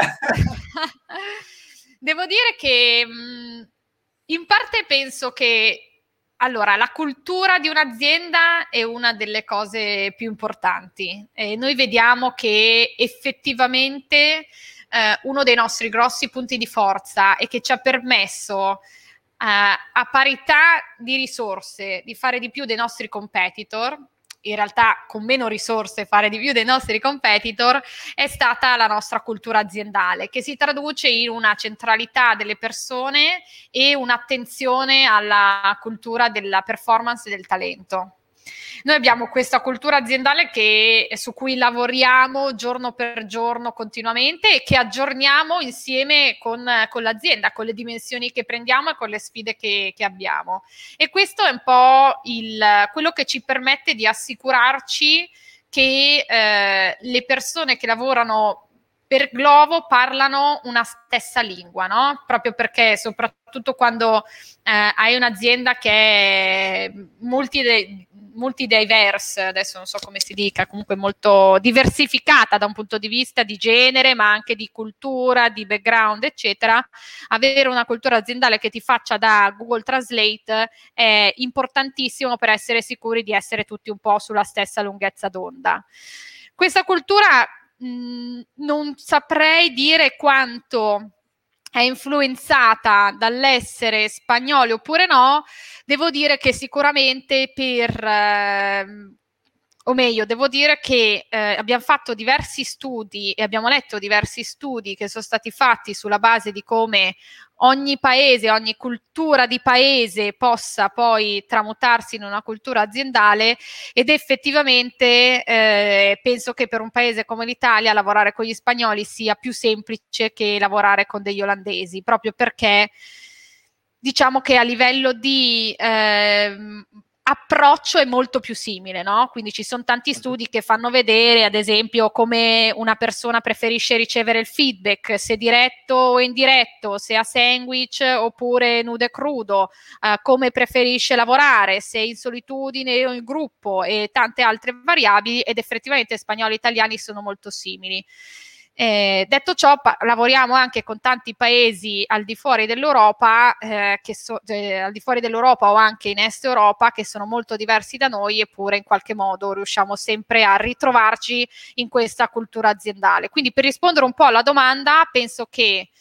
Devo dire che in parte penso che allora, la cultura di un'azienda è una delle cose più importanti. Noi vediamo che effettivamente uno dei nostri grossi punti di forza e che ci ha permesso a parità di risorse di fare di più dei nostri competitor, in realtà con meno risorse fare di più dei nostri competitor, è stata la nostra cultura aziendale, che si traduce in una centralità delle persone e un'attenzione alla cultura della performance e del talento. Noi abbiamo questa cultura aziendale su cui lavoriamo giorno per giorno continuamente e che aggiorniamo insieme con l'azienda, con le dimensioni che prendiamo e con le sfide che abbiamo. E questo è un po' quello che ci permette di assicurarci che le persone che lavorano per Glovo parlano una stessa lingua, no? Proprio perché soprattutto quando hai un'azienda che è multidiverse, adesso non so come si dica, comunque molto diversificata da un punto di vista di genere, ma anche di cultura, di background, eccetera, avere una cultura aziendale che ti faccia da Google Translate è importantissimo per essere sicuri di essere tutti un po' sulla stessa lunghezza d'onda. Questa cultura non saprei dire quanto è influenzata dall'essere spagnoli oppure no. Devo dire che sicuramente o meglio, devo dire che abbiamo fatto diversi studi e abbiamo letto diversi studi che sono stati fatti sulla base di come ogni paese, ogni cultura di paese possa poi tramutarsi in una cultura aziendale, ed effettivamente penso che per un paese come l'Italia lavorare con gli spagnoli sia più semplice che lavorare con degli olandesi, proprio perché diciamo che a livello di approccio è molto più simile, no? Quindi ci sono tanti studi che fanno vedere, ad esempio, come una persona preferisce ricevere il feedback, se diretto o indiretto, se a sandwich oppure nudo e crudo, come preferisce lavorare, se in solitudine o in gruppo, e tante altre variabili, ed effettivamente spagnoli e italiani sono molto simili. Detto ciò, lavoriamo anche con tanti paesi al di fuori dell'Europa, al di fuori dell'Europa o anche in Est Europa, che sono molto diversi da noi, eppure in qualche modo riusciamo sempre a ritrovarci in questa cultura aziendale. Quindi, per rispondere un po' alla domanda, penso che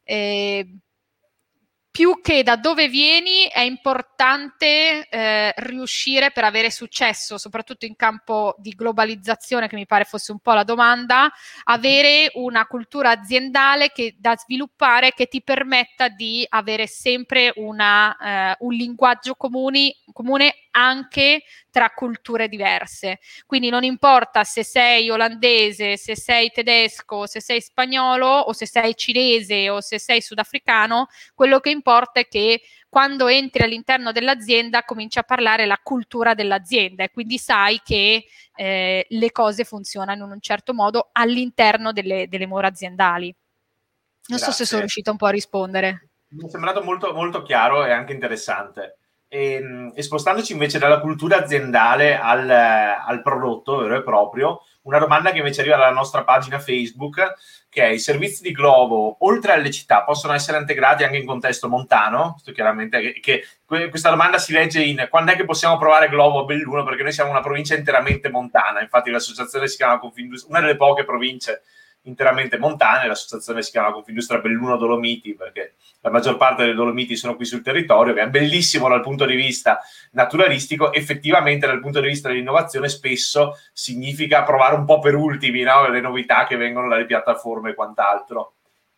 più che da dove vieni, è importante riuscire, per avere successo, soprattutto in campo di globalizzazione, che mi pare fosse un po' la domanda, avere una cultura aziendale da sviluppare, che ti permetta di avere sempre un linguaggio comune anche tra culture diverse. Quindi non importa se sei olandese, se sei tedesco, se sei spagnolo, o se sei cinese, o se sei sudafricano, quello che importa è che quando entri all'interno dell'azienda cominci a parlare la cultura dell'azienda, e quindi sai che le cose funzionano in un certo modo all'interno delle mura aziendali. Non so se sono riuscita un po' a rispondere. Mi è sembrato molto, molto chiaro e anche interessante. E spostandoci invece dalla cultura aziendale al prodotto vero e proprio, una domanda che invece arriva dalla nostra pagina Facebook, che è: i servizi di Glovo, oltre alle città, possono essere integrati anche in contesto montano? Chiaramente questa domanda si legge in: quando è che possiamo provare Glovo a Belluno? Perché noi siamo una provincia interamente montana, infatti l'associazione si chiama Confindustria, una delle poche province interamente montane, l'associazione si chiama Confindustria Belluno Dolomiti, perché la maggior parte delle Dolomiti sono qui sul territorio, che è bellissimo dal punto di vista naturalistico. Effettivamente dal punto di vista dell'innovazione spesso significa provare un po' per ultimi, no? Le novità che vengono dalle piattaforme e quant'altro.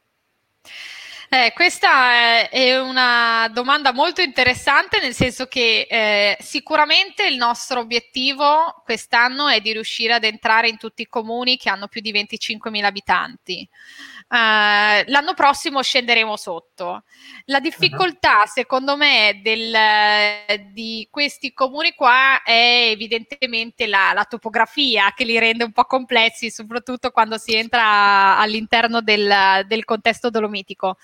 Questa è una domanda molto interessante, nel senso che sicuramente il nostro obiettivo quest'anno è di riuscire ad entrare in tutti i comuni che hanno più di 25.000 abitanti. L'anno prossimo scenderemo sotto. La difficoltà, secondo me, di questi comuni qua è evidentemente la topografia, che li rende un po' complessi, soprattutto quando si entra all'interno del contesto dolomitico.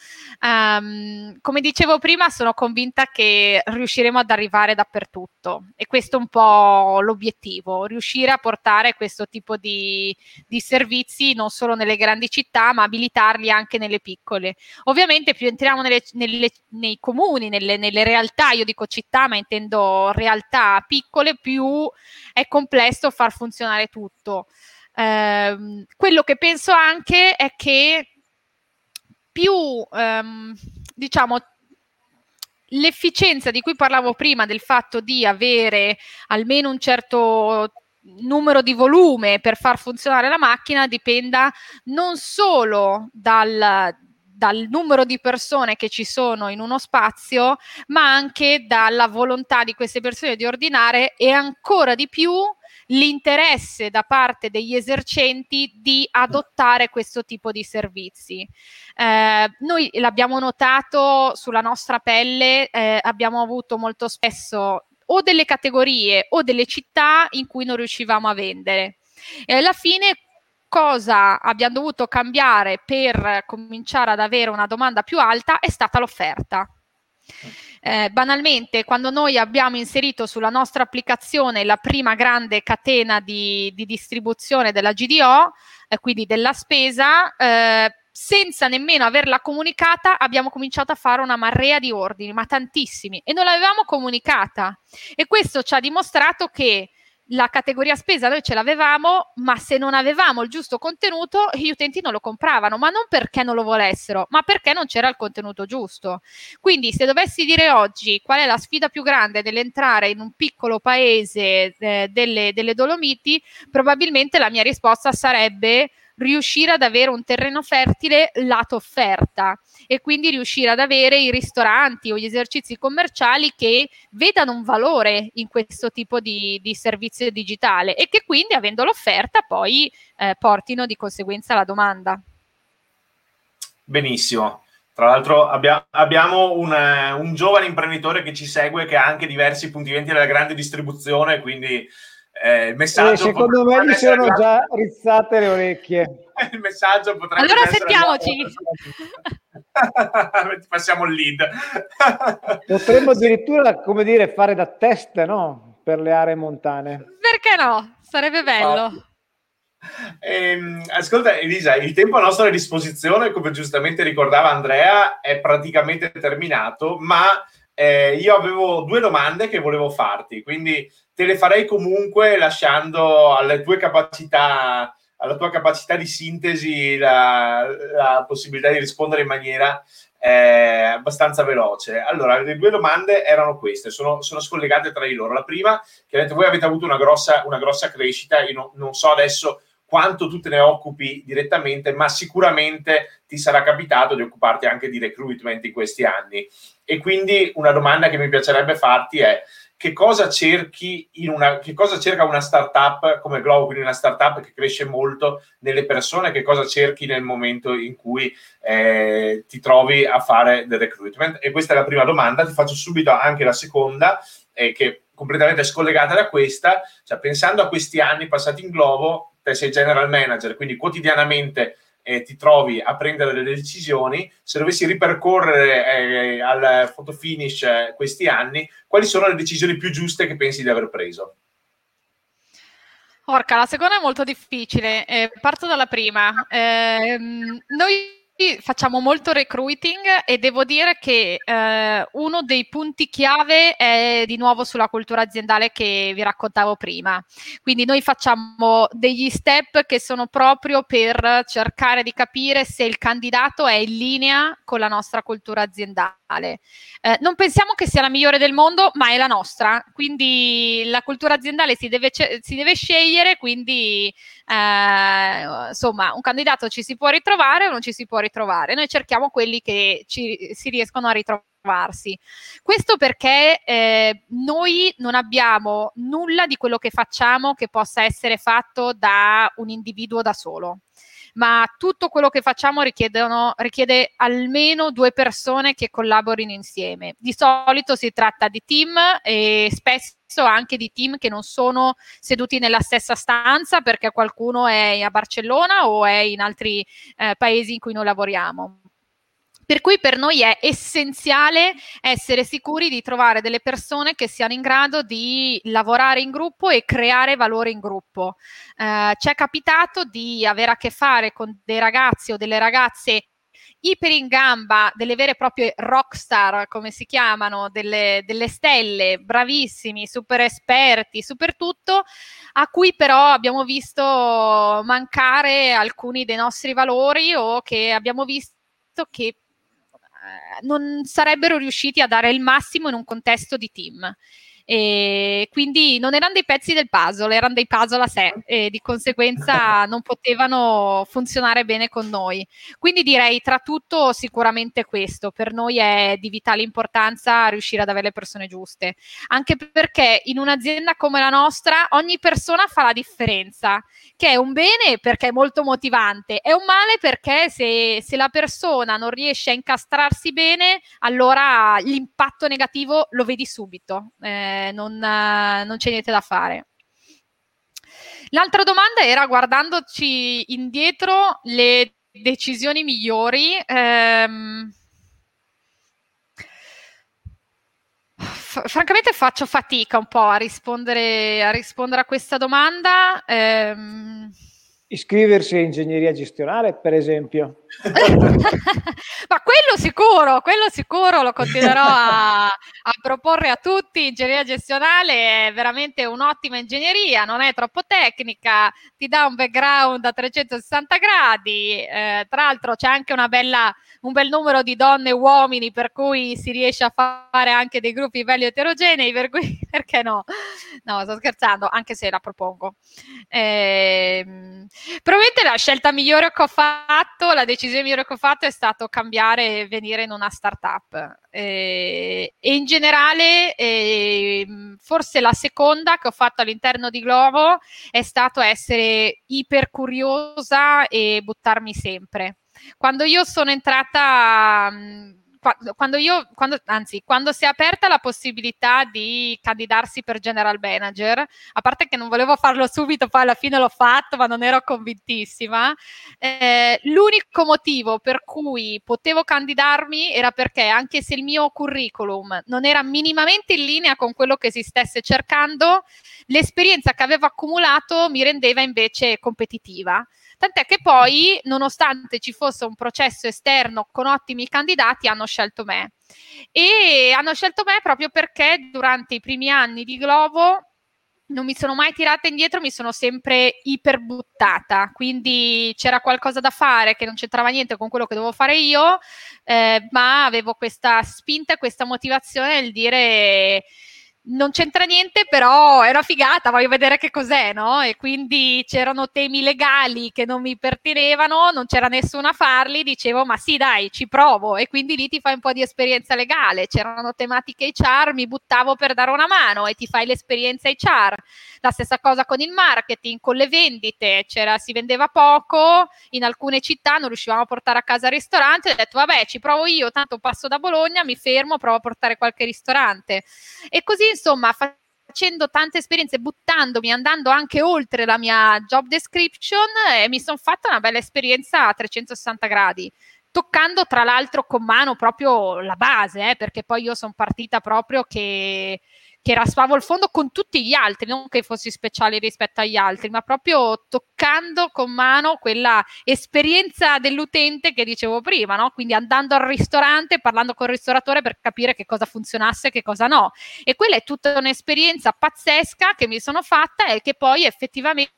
Come dicevo prima, sono convinta che riusciremo ad arrivare dappertutto, e questo è un po' l'obiettivo: riuscire a portare questo tipo di servizi non solo nelle grandi città, ma abilitarli anche nelle piccole. Ovviamente più entriamo nei comuni, nelle realtà, io dico città ma intendo realtà piccole, più è complesso far funzionare tutto. Quello che penso anche è che più diciamo l'efficienza di cui parlavo prima, del fatto di avere almeno un certo numero di volume per far funzionare la macchina, dipenda non solo dal numero di persone che ci sono in uno spazio, ma anche dalla volontà di queste persone di ordinare, e ancora di più l'interesse da parte degli esercenti di adottare questo tipo di servizi. Noi l'abbiamo notato sulla nostra pelle, abbiamo avuto molto spesso o delle categorie o delle città in cui non riuscivamo a vendere, e alla fine cosa abbiamo dovuto cambiare per cominciare ad avere una domanda più alta è stata l'offerta. Banalmente, quando noi abbiamo inserito sulla nostra applicazione la prima grande catena di distribuzione della GDO, quindi della spesa, senza nemmeno averla comunicata, abbiamo cominciato a fare una marea di ordini, ma tantissimi, e non l'avevamo comunicata, e questo ci ha dimostrato che la categoria spesa noi ce l'avevamo, ma se non avevamo il giusto contenuto gli utenti non lo compravano, ma non perché non lo volessero, ma perché non c'era il contenuto giusto. Quindi se dovessi dire oggi qual è la sfida più grande dell'entrare in un piccolo paese delle Dolomiti, probabilmente la mia risposta sarebbe riuscire ad avere un terreno fertile lato offerta, e quindi riuscire ad avere i ristoranti o gli esercizi commerciali che vedano un valore in questo tipo di servizio digitale, e che quindi, avendo l'offerta, poi portino di conseguenza la domanda. Benissimo. Tra l'altro abbiamo un giovane imprenditore che ci segue, che ha anche diversi punti vendita della grande distribuzione, quindi il messaggio secondo me gli sono già rizzate le orecchie. Il messaggio potrebbe allora essere sentiamoci. Passiamo il lead. Potremmo addirittura, come dire, fare da test, no? Per le aree montane. Perché no? Sarebbe bello. Ascolta Elisa, il tempo a nostra disposizione, come giustamente ricordava Andrea, è praticamente terminato, ma io avevo 2 domande che volevo farti, quindi te le farei comunque lasciando alle tue capacità alla tua capacità di sintesi la possibilità di rispondere in maniera abbastanza veloce. Allora, le due domande erano queste, sono scollegate tra di loro. La prima, chiaramente voi avete avuto una grossa crescita, io non so adesso quanto tu te ne occupi direttamente, ma sicuramente ti sarà capitato di occuparti anche di recruitment in questi anni. E quindi una domanda che mi piacerebbe farti è: che cosa cerca una startup come Glovo, quindi una startup che cresce molto nelle persone, che cosa cerchi nel momento in cui ti trovi a fare del recruitment? E questa è la prima domanda. Ti faccio subito anche la seconda, che è completamente scollegata da questa. Cioè, pensando a questi anni passati in Glovo, te sei general manager, quindi quotidianamente ti trovi a prendere delle decisioni. Se dovessi ripercorrere al photo finish questi anni, quali sono le decisioni più giuste che pensi di aver preso? Orca, la seconda è molto difficile. Parto dalla prima. Noi facciamo molto recruiting e devo dire che uno dei punti chiave è di nuovo sulla cultura aziendale che vi raccontavo prima. Quindi noi facciamo degli step che sono proprio per cercare di capire se il candidato è in linea con la nostra cultura aziendale. Non pensiamo che sia la migliore del mondo, ma è la nostra. Quindi la cultura aziendale si deve scegliere, quindi insomma, un candidato ci si può ritrovare o non ci si può ritrovare. Noi cerchiamo quelli che si riescono a ritrovarsi. Questo perché noi non abbiamo nulla di quello che facciamo che possa essere fatto da un individuo da solo, ma tutto quello che facciamo richiede almeno 2 persone che collaborino insieme. Di solito si tratta di team e spesso anche di team che non sono seduti nella stessa stanza perché qualcuno è a Barcellona o è in altri paesi in cui noi lavoriamo. Per cui per noi è essenziale essere sicuri di trovare delle persone che siano in grado di lavorare in gruppo e creare valore in gruppo. Ci è capitato di avere a che fare con dei ragazzi o delle ragazze iper in gamba, delle vere e proprie rockstar, come si chiamano, delle stelle, bravissimi, super esperti, super tutto, a cui però abbiamo visto mancare alcuni dei nostri valori o che abbiamo visto che non sarebbero riusciti a dare il massimo in un contesto di team. E quindi non erano dei pezzi del puzzle, erano dei puzzle a sé e di conseguenza non potevano funzionare bene con noi. Quindi direi tra tutto sicuramente questo, per noi è di vitale importanza riuscire ad avere le persone giuste, anche perché in un'azienda come la nostra ogni persona fa la differenza, che è un bene perché è molto motivante, è un male perché se la persona non riesce a incastrarsi bene, allora l'impatto negativo lo vedi subito. Non c'è niente da fare. L'altra domanda era, guardandoci indietro, le decisioni migliori. Francamente faccio fatica un po' a rispondere a questa domanda. Iscriversi a ingegneria gestionale, per esempio. Ma quello sicuro lo continuerò a proporre a tutti. Ingegneria gestionale è veramente un'ottima ingegneria, non è troppo tecnica, ti dà un background a 360 gradi, tra l'altro c'è anche un bel numero di donne e uomini, per cui si riesce a fare anche dei gruppi belli eterogenei, per cui perché no? No, sto scherzando, anche se la propongo. Probabilmente la scelta migliore che ho fatto, la decisione migliore che ho fatto è stato cambiare e venire in una startup. E in generale, forse la seconda che ho fatto all'interno di Glovo è stato essere iper curiosa e buttarmi sempre. Quando io sono entrata... Quando si è aperta la possibilità di candidarsi per general manager, a parte che non volevo farlo subito, poi alla fine l'ho fatto, ma non ero convintissima. L'unico motivo per cui potevo candidarmi era perché, anche se il mio curriculum non era minimamente in linea con quello che si stesse cercando, l'esperienza che avevo accumulato mi rendeva invece competitiva. Tant'è che poi, nonostante ci fosse un processo esterno con ottimi candidati, hanno scelto me. E hanno scelto me proprio perché durante i primi anni di Glovo non mi sono mai tirata indietro, mi sono sempre iperbuttata, quindi c'era qualcosa da fare che non c'entrava niente con quello che dovevo fare io, ma avevo questa spinta e questa motivazione nel dire non c'entra niente, però è una figata, voglio vedere che cos'è, no? E quindi c'erano temi legali che non mi pertinevano, non c'era nessuno a farli, dicevo ma sì dai, ci provo, e quindi lì ti fai un po' di esperienza legale, c'erano tematiche HR, mi buttavo per dare una mano e ti fai l'esperienza HR. La stessa cosa con il marketing, con le vendite, si vendeva poco, in alcune città non riuscivamo a portare a casa il ristorante, ho detto vabbè ci provo io, tanto passo da Bologna, mi fermo, provo a portare qualche ristorante. E così insomma facendo tante esperienze, buttandomi, andando anche oltre la mia job description, mi sono fatta una bella esperienza a 360 gradi, toccando tra l'altro con mano proprio la base, perché poi io sono partita proprio che raspavo il fondo con tutti gli altri, non che fossi speciale rispetto agli altri, ma proprio toccando con mano quella esperienza dell'utente che dicevo prima, no? Quindi andando al ristorante, parlando col ristoratore per capire che cosa funzionasse e che cosa no. E quella è tutta un'esperienza pazzesca che mi sono fatta e che poi effettivamente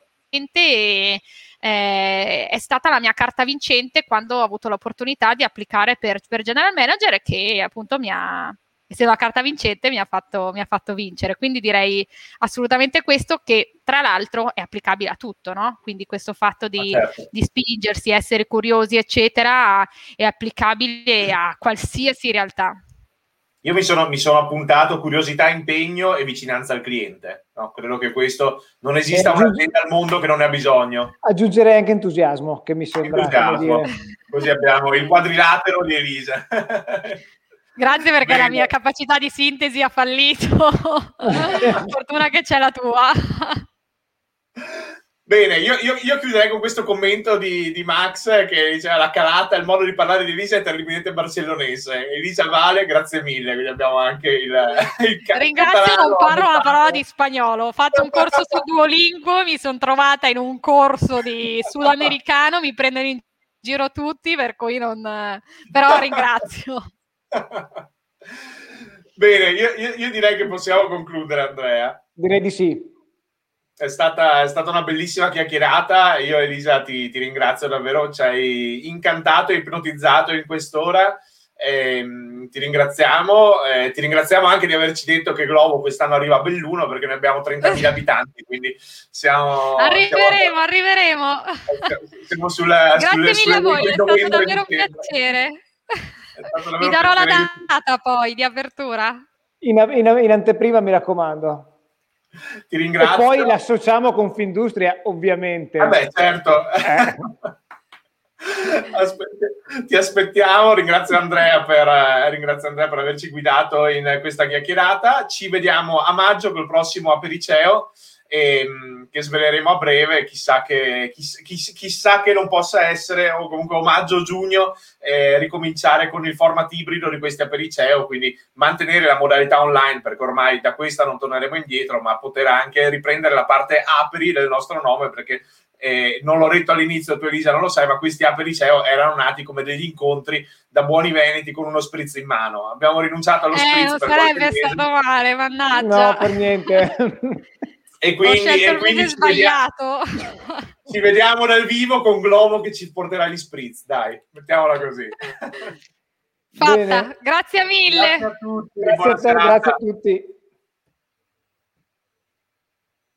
è stata la mia carta vincente quando ho avuto l'opportunità di applicare per General Manager, che appunto essendo la carta vincente mi ha fatto vincere. Quindi direi assolutamente questo, che tra l'altro è applicabile a tutto, no? Quindi questo fatto di spingersi, essere curiosi eccetera è applicabile a qualsiasi realtà. Io mi sono appuntato curiosità, impegno e vicinanza al cliente. No, credo che questo non esista un'azienda al mondo che non ne ha bisogno. Aggiungerei anche entusiasmo, che mi sembra. Così abbiamo il quadrilatero di Elisa. Grazie, perché la mia capacità di sintesi ha fallito. Fortuna che c'è la tua. Bene, io chiuderei con questo commento di Max, che diceva la calata, il modo di parlare di Elisa è terribilmente barcellonese. Elisa Vale, grazie mille, quindi abbiamo anche il ringrazio, non parlo una parola di spagnolo, ho fatto un corso su Duolingo, mi sono trovata in un corso di sudamericano, mi prendono in giro tutti, per cui però ringrazio. Bene, io direi che possiamo concludere, Andrea. Direi di sì. È stata una bellissima chiacchierata. Io, Elisa, ti ringrazio davvero, ci hai incantato e ipnotizzato in quest'ora. Ti ringraziamo anche di averci detto che Glovo quest'anno arriva a Belluno, perché noi abbiamo 30.000 abitanti, quindi arriveremo. Siamo grazie mille a voi, è stato davvero un piacere. Vi darò la data poi di apertura in anteprima, mi raccomando. Ti ringrazio. E poi l'associamo con Confindustria, ovviamente. Vabbè, certo. Ti aspettiamo. Ringrazio Andrea per averci guidato in questa chiacchierata. Ci vediamo a maggio col prossimo Apericeo, che sveleremo a breve. Chissà che non possa essere, o comunque maggio-giugno, ricominciare con il format ibrido di questi Apericeo, quindi mantenere la modalità online, perché ormai da questa non torneremo indietro, ma poter anche riprendere la parte Aperi del nostro nome, perché non l'ho detto all'inizio, tu Elisa non lo sai, ma questi Apericeo erano nati come degli incontri da buoni veneti con uno spritz in mano. Abbiamo rinunciato allo spritz non per sarebbe stato male, mannaggia. No, per niente. E quindi sbagliato. Ci vediamo dal vivo con Glovo che ci porterà gli spritz, dai, mettiamola così. Fatta. Bene. Grazie mille. Grazie a tutti. Grazie a tutti.